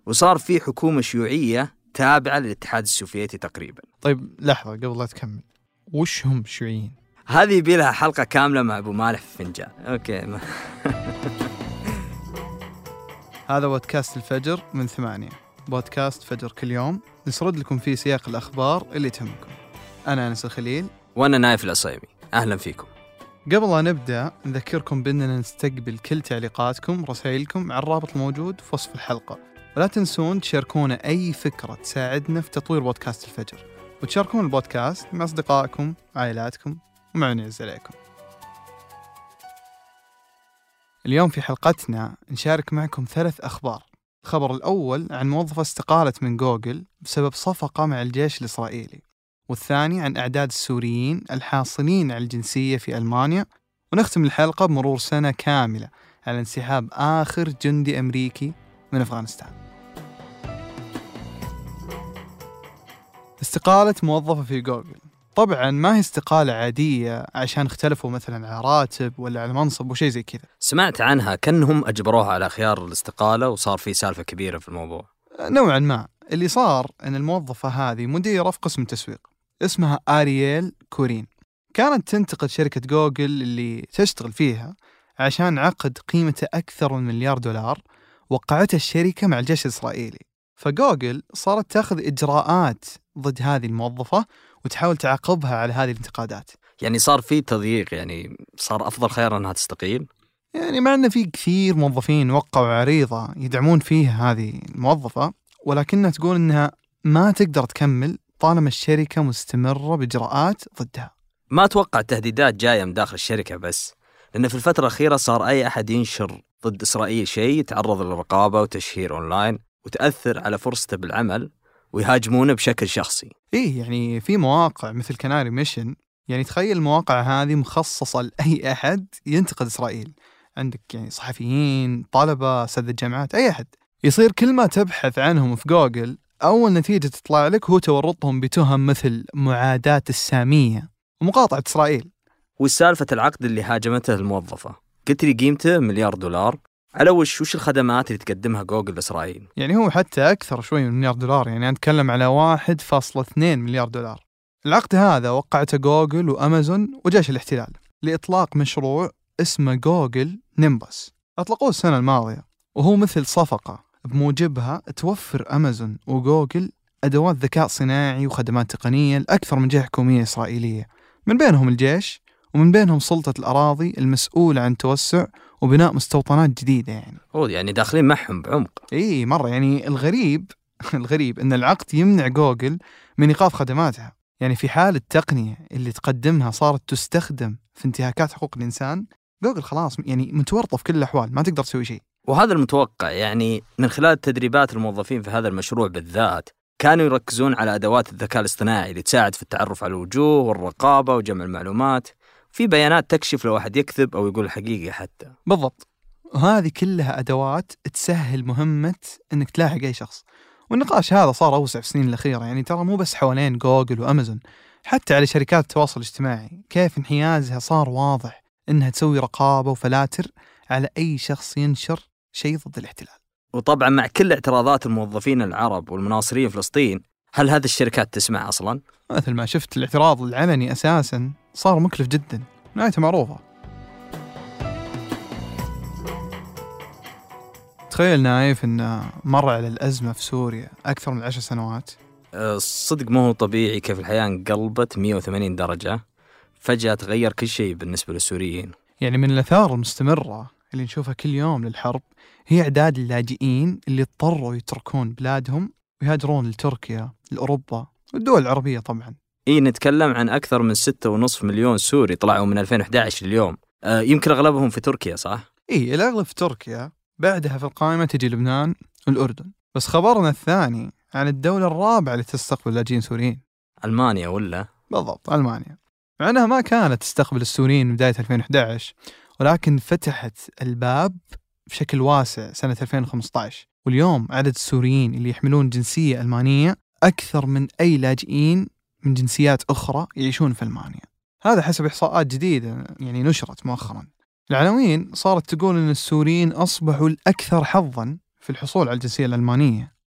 وصار في حكومة شيوعية تابعة للاتحاد السوفيتي تقريبا. طيب لحظة قبل لا تكمل، وش هم الشيوعيين؟ هذه يبي لها حلقة كاملة مع أبو مالح في فنجان. أوكي. هذا بودكاست الفجر من 8، بودكاست فجر كل يوم نسرد لكم فيه سياق الأخبار اللي تهمكم. أنا أنس الخليل وأنا نايف العصيمي، أهلا فيكم. قبل لا نبدأ نذكركم بأننا نستقبل كل تعليقاتكم رسائلكم على الرابط الموجود في وصف الحلقة، ولا تنسون تشاركونا أي فكرة تساعدنا في تطوير بودكاست الفجر، وتشاركون البودكاست مع أصدقائكم عائلاتكم ومع من يعز عليكم. اليوم في حلقتنا نشارك معكم 3 أخبار. الخبر الأول عن موظفة استقالت من جوجل بسبب صفقة مع الجيش الإسرائيلي، والثاني عن أعداد السوريين الحاصلين على الجنسية في ألمانيا، ونختم الحلقة بمرور سنة كاملة على انسحاب آخر جندي أمريكي من أفغانستان. استقالة موظفة في جوجل. طبعا ما هي استقالة عادية عشان اختلفوا مثلا على راتب ولا على منصب وشي زي كذا. سمعت عنها كأنهم أجبروها على خيار الاستقالة وصار في سالفة كبيرة في الموضوع. نوعا ما. اللي صار أن الموظفة هذه مديرة في قسم التسويق اسمها آرييل كورين، كانت تنتقد شركة جوجل اللي تشتغل فيها عشان عقد قيمته أكثر من $1 مليار وقعتها الشركة مع الجيش الإسرائيلي. فجوجل صارت تأخذ إجراءات ضد هذه الموظفة وتحاول تعاقبها على هذه الانتقادات. يعني صار في تضييق، يعني صار أفضل خيار أنها تستقيل. يعني مع أن في كثير موظفين وقعوا عريضة يدعمون فيها هذه الموظفة، ولكنها تقول أنها ما تقدر تكمل طالما الشركة مستمرة بإجراءات ضدها. ما أتوقع التهديدات جاية من داخل الشركة بس، لأن في الفترة الأخيرة صار أي أحد ينشر ضد إسرائيل شيء يتعرض للرقابة وتشهير أونلاين وتأثر على فرصته بالعمل ويهاجمونه بشكل شخصي. إيه يعني في مواقع مثل كناري ميشن، يعني تخيل المواقع هذه مخصصة لأي أحد ينتقد إسرائيل. عندك يعني صحفيين، طلبة، أساتذة الجامعات، أي أحد. يصير كل ما تبحث عنهم في جوجل أول نتيجة تطلع لك هو تورطهم بتهم مثل معاداة السامية ومقاطعة إسرائيل. والسالفة العقد اللي هاجمته الموظفة قلت لي قيمته $1 مليار، على وش الخدمات اللي تقدمها جوجل لإسرائيل؟ يعني هو حتى أكثر شوي من $1 مليار، يعني نتكلم على $1.2 مليار. العقد هذا وقعته جوجل وأمازون وجيش الاحتلال لإطلاق مشروع اسمه جوجل نيمبس، أطلقوه السنة الماضية، وهو مثل صفقة بموجبها توفر أمازون وجوجل أدوات ذكاء صناعي وخدمات تقنية لأكثر من جهة حكومية إسرائيلية، من بينهم الجيش ومن بينهم سلطة الأراضي المسؤولة عن توسع وبناء مستوطنات جديدة. يعني داخلين معهم بعمق. إيه مرة. يعني الغريب إن العقد يمنع جوجل من إيقاف خدماتها. يعني في حال التقنية اللي تقدمها صارت تستخدم في انتهاكات حقوق الإنسان، جوجل خلاص يعني متورطة في كل الأحوال، ما تقدر تسوي شيء. وهذا المتوقع. يعني من خلال تدريبات الموظفين في هذا المشروع بالذات كانوا يركزون على أدوات الذكاء الاصطناعي اللي تساعد في التعرف على الوجوه والرقابة وجمع المعلومات، في بيانات تكشف لو واحد يكذب أو يقول الحقيقة حتى. بالضبط. وهذه كلها أدوات تسهل مهمة أنك تلاحق أي شخص. والنقاش هذا صار أوسع في السنين الأخيرة، يعني ترى مو بس حوالين جوجل وأمازون، حتى على شركات التواصل الاجتماعي كيف انحيازها صار واضح أنها تسوي رقابة وفلاتر على أي شخص ينشر شيء ضد الاحتلال. وطبعا مع كل اعتراضات الموظفين العرب والمناصرين في فلسطين، هل هذه الشركات تسمع أصلا؟ مثل ما شفت الاعتراض العلني أساسا صار مكلف جدا، نهايته معروفة. تخيل نايف أن مر على الأزمة في سوريا أكثر من 10 سنوات. الصدق ما هو طبيعي كيف الحياة انقلبت 180 درجة، فجأة تغير كل شيء بالنسبة للسوريين. يعني من الآثار المستمرة اللي نشوفها كل يوم للحرب هي أعداد اللاجئين اللي اضطروا يتركون بلادهم ويهاجرون لتركيا، لأوروبا والدول العربية طبعا. نتكلم عن أكثر من 6.5 مليون سوري طلعوا من 2011 لليوم. يمكن أغلبهم في تركيا، صح؟ الأغلب في تركيا، بعدها في القائمة تجي لبنان والأردن. بس خبرنا الثاني عن الدولة الرابعة اللي تستقبل لاجئين سوريين. ألمانيا ولا؟ بالضبط، ألمانيا. مع أنها ما كانت تستقبل السوريين من بداية 2011، ولكن فتحت الباب بشكل واسع سنة 2015. واليوم عدد السوريين اللي يحملون جنسية ألمانية أكثر من أي لاجئين من جنسيات أخرى يعيشون في ألمانيا. هذا حسب إحصاءات جديدة يعني نشرت مؤخرا. العناوين صارت تقول أن السوريين أصبحوا الأكثر حظا في الحصول على الجنسية الألمانية،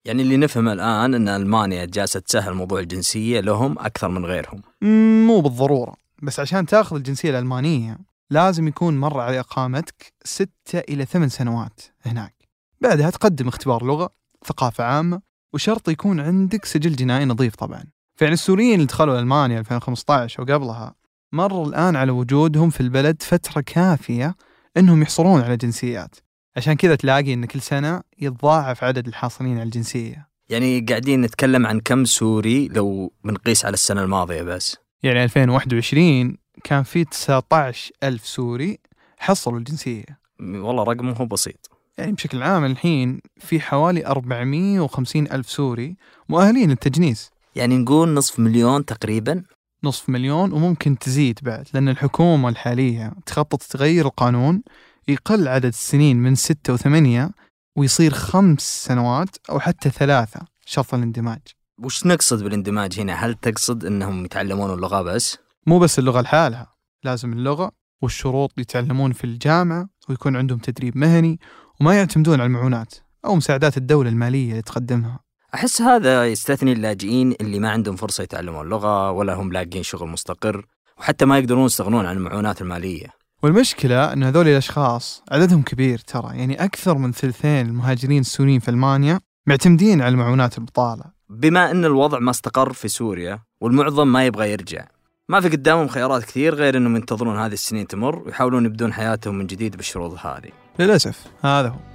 يعني اللي نفهم الآن أن ألمانيا جالسة تسهل موضوع الجنسية لهم أكثر من غيرهم. مو بالضرورة، بس عشان تاخذ الجنسية الألمانية لازم يكون مر على إقامتك 6 إلى 8 سنوات هناك. بعدها تقدم اختبار لغة، ثقافة عامة، وشرط يكون عندك سجل جنائي نظيف طبعا. فعلا السوريين اللي دخلوا ألمانيا 2015 وقبلها مر الآن على وجودهم في البلد فترة كافية أنهم يحصلون على جنسيات. عشان كذا تلاقي أن كل سنة يتضاعف عدد الحاصلين على الجنسية. يعني قاعدين نتكلم عن كم سوري لو بنقيس على السنة الماضية بس؟ يعني 2021 كان في 19,000 سوري حصلوا الجنسية. والله رقم هو بسيط. يعني بشكل عام الحين في حوالي 450,000 سوري مؤهلين للتجنيس. يعني نقول 500,000 تقريبا. 500,000 وممكن تزيد بعد، لأن الحكومة الحالية تخطط تغير القانون يقل عدد السنين من 6 و8 ويصير 5 سنوات أو حتى 3 شرط الاندماج. وش نقصد بالاندماج هنا؟ هل تقصد أنهم يتعلمون اللغة بس؟ مو بس اللغة لحالها، لازم اللغة والشروط يتعلمون في الجامعة ويكون عندهم تدريب مهني وما يعتمدون على المعونات أو مساعدات الدولة المالية اللي تقدمها. أحس هذا يستثني اللاجئين اللي ما عندهم فرصة يتعلمون اللغة ولا هم لاقين شغل مستقر وحتى ما يقدرون يستغنون عن المعونات المالية. والمشكلة أن هذول الأشخاص عددهم كبير ترى، يعني أكثر من ثلثين المهاجرين السوريين في ألمانيا معتمدين على معونات البطالة. بما أن الوضع ما استقر في سوريا والمعظم ما يبغى يرجع، ما في قدامهم خيارات كثير غير أنهم ينتظرون هذه السنين تمر ويحاولون يبدون حياتهم من جديد بالشروط هذه. للأسف هذا هو.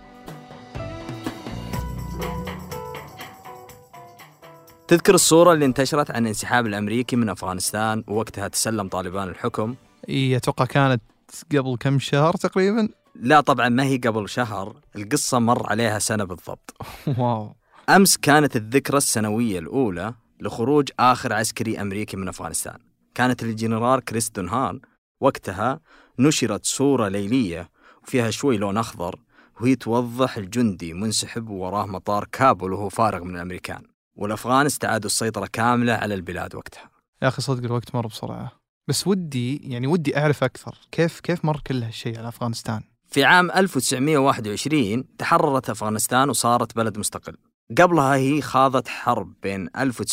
تذكر الصورة اللي انتشرت عن الانسحاب الأمريكي من أفغانستان ووقتها تسلم طالبان الحكم؟ أتوقع كانت قبل كم شهر تقريبا؟ لا طبعا ما هي قبل شهر، القصة مر عليها سنة بالضبط. واو. أمس كانت الذكرى السنوية الأولى لخروج آخر عسكري أمريكي من أفغانستان. كانت الجنرال كريس دونهان. وقتها نشرت صورة ليلية وفيها شوي لون أخضر وهي توضح الجندي منسحب ووراه مطار كابول وهو فارغ من الأمريكان، والأفغان استعادوا السيطرة كاملة على البلاد وقتها. يا أخي صدق الوقت مر بسرعة، بس ودي أعرف أكثر كيف مر كل هالشيء على أفغانستان. في عام 1921 تحررت أفغانستان وصارت بلد مستقل. قبلها هي خاضت حرب بين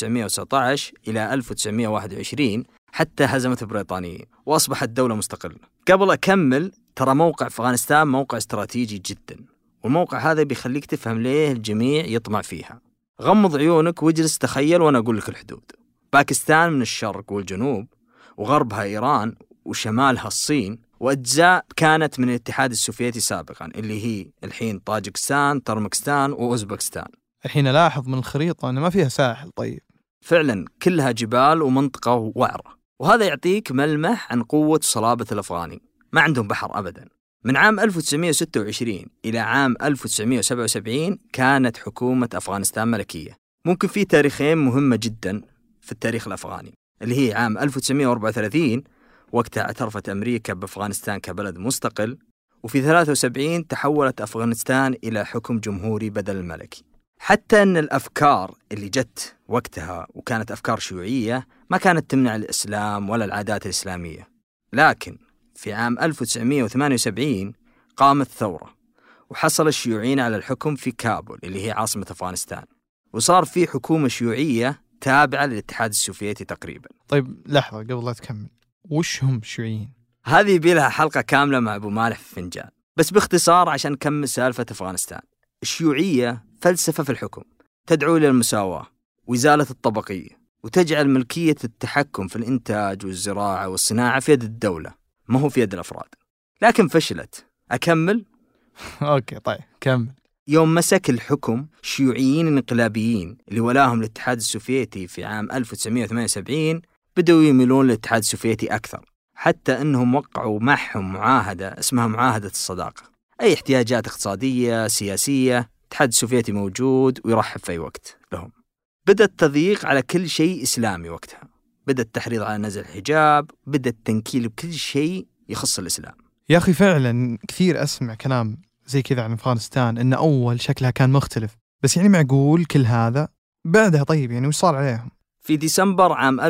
1919 إلى 1921 حتى هزمت البريطانيين وأصبحت دولة مستقلة. قبل أكمل، ترى موقع أفغانستان موقع استراتيجي جدا، والموقع هذا بيخليك تفهم ليه الجميع يطمع فيها. غمض عيونك واجلس تخيل وأنا أقول لك الحدود. باكستان من الشرق والجنوب، وغربها إيران، وشمالها الصين، وأجزاء كانت من الاتحاد السوفيتي سابقا اللي هي الحين طاجكستان، ترمكستان وأوزبكستان. الحين ألاحظ من الخريطة أن ما فيها ساحل. طيب فعلا كلها جبال ومنطقة وعرة، وهذا يعطيك ملمح عن قوة وصلابة الأفغاني. ما عندهم بحر أبدا. من عام 1926 إلى عام 1977 كانت حكومة أفغانستان ملكية. ممكن في تاريخين مهمة جدا في التاريخ الأفغاني، اللي هي عام 1934 وقتها اعترفت أمريكا بأفغانستان كبلد مستقل، وفي 73 تحولت أفغانستان إلى حكم جمهوري بدل الملكي. حتى أن الأفكار اللي جت وقتها وكانت أفكار شيوعية ما كانت تمنع الإسلام ولا العادات الإسلامية. لكن في عام 1978 قامت ثورة وحصل الشيوعيين على الحكم في كابول اللي هي عاصمة أفغانستان، وصار في حكومة شيوعية تابعة للاتحاد السوفيتي تقريبا. طيب لحظة قبل لا تكمل، وش هم الشيوعيين؟ هذه بيلها حلقة كاملة مع أبو مالح في فنجان، بس باختصار عشان نكمل سالفة أفغانستان. الشيوعية فلسفة في الحكم تدعو إلى المساواة وإزالة الطبقية، وتجعل ملكية التحكم في الإنتاج والزراعة والصناعة في يد الدولة، ما هو في يد الأفراد. لكن فشلت. أكمل؟ أوكي طيب كمل. يوم مسك الحكم شيوعيين انقلابيين اللي ولاهم الاتحاد السوفيتي في عام 1978 بدأوا يميلون للاتحاد السوفيتي أكثر، حتى أنهم وقعوا معهم معاهدة اسمها معاهدة الصداقة. أي احتياجات اقتصادية سياسية الاتحاد السوفيتي موجود ويرحب في أي وقت لهم. بدأ التضييق على كل شيء إسلامي وقتها، بدأ التحريض على نزع الحجاب، بدأ التنكيل بكل شيء يخص الإسلام. يا أخي فعلا كثير أسمع كلام زي كذا عن أفغانستان، إن أول شكلها كان مختلف، بس يعني معقول كل هذا بعدها؟ طيب يعني وش صار عليهم؟ في ديسمبر عام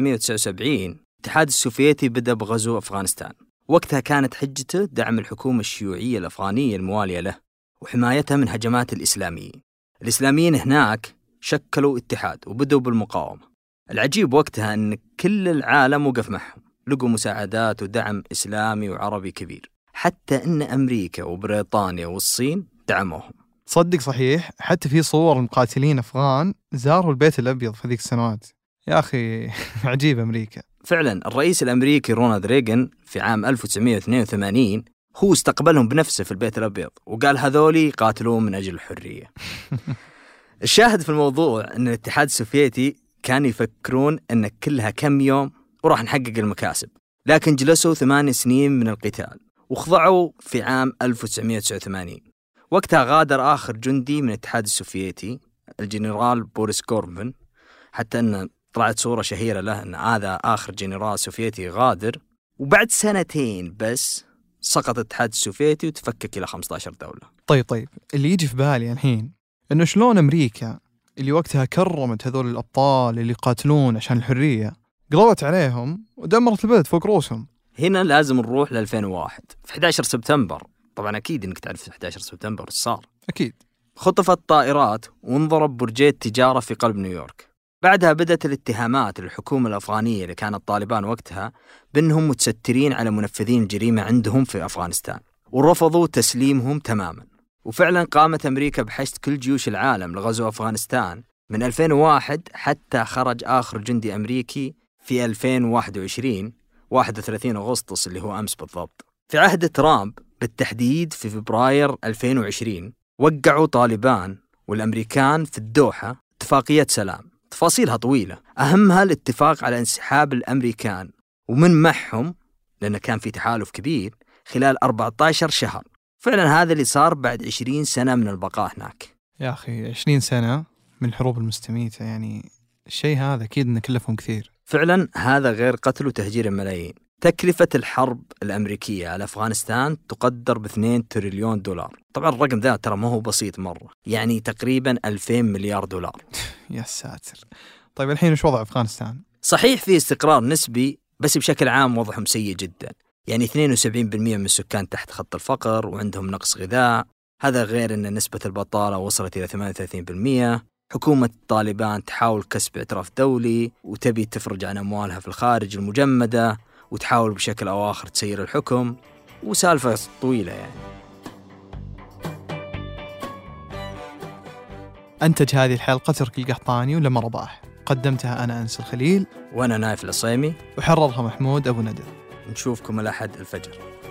1979 الاتحاد السوفيتي بدأ بغزو أفغانستان. وقتها كانت حجته دعم الحكومة الشيوعية الأفغانية الموالية له وحمايتها من هجمات الإسلاميين. الإسلاميين هناك شكلوا اتحاد وبدأوا بالمقاومة. العجيب وقتها أن كل العالم وقف معهم، لقوا مساعدات ودعم إسلامي وعربي كبير، حتى أن أمريكا وبريطانيا والصين دعموهم. صدق صحيح، حتى في صور المقاتلين أفغان زاروا البيت الأبيض في ذيك السنوات. يا أخي عجيب أمريكا. فعلا الرئيس الأمريكي رونالد ريغان في عام 1982 هو استقبلهم بنفسه في البيت الأبيض وقال هذولي قاتلون من أجل الحرية. الشاهد في الموضوع أن الاتحاد السوفيتي كانوا يفكرون أن كلها كم يوم وراح نحقق المكاسب، لكن جلسوا 8 سنين من القتال وخضعوا في عام 1989. وقتها غادر آخر جندي من الاتحاد السوفيتي الجنرال بوريس غوربن، حتى أن طلعت صورة شهيرة له أن هذا آخر جنرال سوفيتي غادر. وبعد 2 سنين بس سقط الاتحاد السوفيتي وتفكك إلى 15 دولة. طيب اللي يجي في بالي الحين إنه شلون أمريكا اللي وقتها كرمت هذول الأبطال اللي يقاتلون عشان الحرية قضت عليهم ودمرت البلد فوق رؤوسهم. هنا لازم نروح ل 2001 في 11 سبتمبر. طبعا أكيد إنك تعرف 11 سبتمبر صار. أكيد. خطفت طائرات وانضرب برجي التجارة في قلب نيويورك. بعدها بدأت الاتهامات للحكومة الأفغانية اللي كانت طالبان وقتها بأنهم متسترين على منفذين الجريمة عندهم في أفغانستان، ورفضوا تسليمهم تماما. وفعلا قامت أمريكا بحشد كل جيوش العالم لغزو أفغانستان من 2001 حتى خرج آخر جندي أمريكي في 2021 31 أغسطس اللي هو أمس بالضبط. في عهد ترامب بالتحديد في فبراير 2020 وقعوا طالبان والأمريكان في الدوحة اتفاقية سلام تفاصيلها طويلة، أهمها الاتفاق على انسحاب الأمريكان ومن معهم، لأنه كان في تحالف كبير خلال 14 شهر. فعلا هذا اللي صار بعد 20 سنة من البقاء هناك. يا أخي 20 سنة من الحروب المستميتة، يعني الشيء هذا أكيد إنه كلفهم كثير. فعلا هذا غير قتل وتهجير الملايين. تكلفة الحرب الأمريكية على أفغانستان تقدر ب2 تريليون دولار. طبعا الرقم ذا ترى ما هو بسيط مرة، يعني تقريبا 2000 مليار دولار. يا ساتر. طيب الحين وش وضع أفغانستان؟ صحيح في استقرار نسبي، بس بشكل عام وضعهم سيء جدا. يعني 72% من السكان تحت خط الفقر وعندهم نقص غذاء. هذا غير أن نسبة البطالة وصلت إلى 38%. حكومة طالبان تحاول كسب اعتراف دولي وتبي تفرج عن أموالها في الخارج المجمدة وتحاول بشكل أو آخر تسير الحكم، وسالفة طويلة يعني. أنتج هذه الحلقة تركي القحطاني ولما رباح، قدمتها أنا أنس الخليل وأنا نايف العصيمي، وحررها محمود أبو ندى. نشوفكم الأحد الفجر.